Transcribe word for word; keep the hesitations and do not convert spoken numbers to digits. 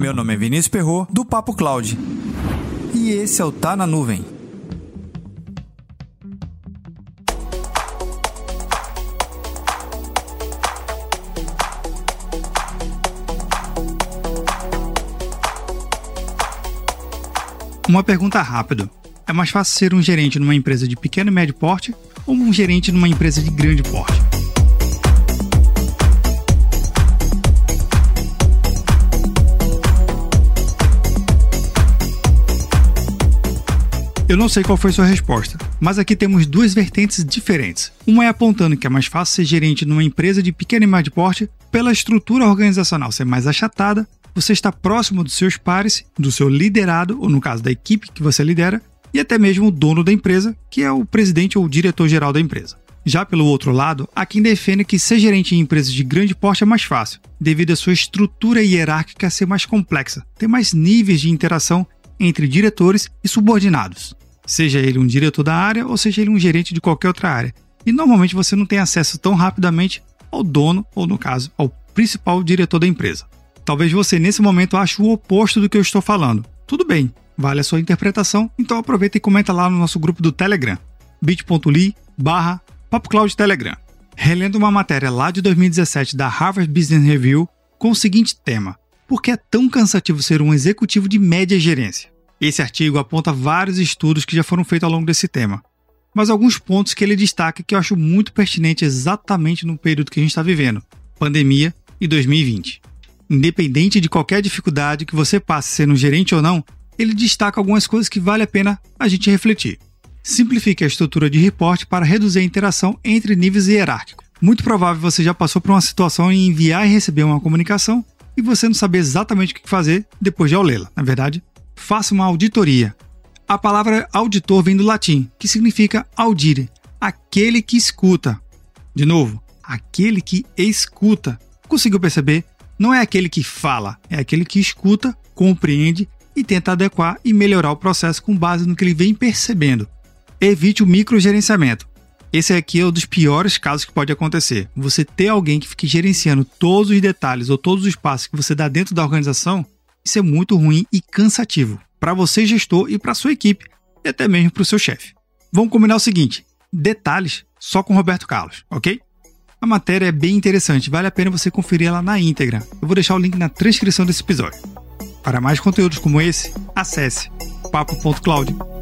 Meu nome é Vinícius Perro, do Papo Cloud. E esse é o Tá na Nuvem. Uma pergunta rápida. É mais fácil ser um gerente numa empresa de pequeno e médio porte ou um gerente numa empresa de grande porte? Eu não sei qual foi sua resposta, mas aqui temos duas vertentes diferentes. Uma é apontando que é mais fácil ser gerente numa empresa de pequeno e médio porte pela estrutura organizacional ser mais achatada, você está próximo dos seus pares, do seu liderado, ou no caso da equipe que você lidera, e até mesmo o dono da empresa, que é o presidente ou o diretor-geral da empresa. Já pelo outro lado, há quem defenda que ser gerente em empresas de grande porte é mais fácil, devido à sua estrutura hierárquica ser mais complexa, ter mais níveis de interação entre diretores e subordinados. Seja ele um diretor da área ou seja ele um gerente de qualquer outra área. E normalmente você não tem acesso tão rapidamente ao dono, ou no caso, ao principal diretor da empresa. Talvez você nesse momento ache o oposto do que eu estou falando. Tudo bem, vale a sua interpretação, então aproveita e comenta lá no nosso grupo do Telegram, bit.ly barra PapoCloud Telegram. Relendo uma matéria lá de dois mil e dezessete da Harvard Business Review com o seguinte tema: por que é tão cansativo ser um executivo de média gerência? Esse artigo aponta vários estudos que já foram feitos ao longo desse tema, mas alguns pontos que ele destaca que eu acho muito pertinente exatamente no período que a gente está vivendo, pandemia e dois mil e vinte. Independente de qualquer dificuldade que você passe sendo gerente ou não, ele destaca algumas coisas que vale a pena a gente refletir. Simplifique a estrutura de reporte para reduzir a interação entre níveis hierárquicos. Muito provável você já passou por uma situação em enviar e receber uma comunicação e você não saber exatamente o que fazer depois de ao lê-la. Na verdade, faça uma auditoria. A palavra auditor vem do latim, que significa audire, aquele que escuta. De novo, aquele que escuta. Conseguiu perceber? Não é aquele que fala, é aquele que escuta, compreende e tenta adequar e melhorar o processo com base no que ele vem percebendo. Evite o microgerenciamento. Esse aqui é um dos piores casos que pode acontecer. Você ter alguém que fique gerenciando todos os detalhes ou todos os passos que você dá dentro da organização, isso é muito ruim e cansativo para você, gestor, e para sua equipe, e até mesmo para o seu chefe. Vamos combinar o seguinte: detalhes só com Roberto Carlos, ok? A matéria é bem interessante, vale a pena você conferir ela na íntegra. Eu vou deixar o link na transcrição desse episódio. Para mais conteúdos como esse, acesse papo ponto cloud.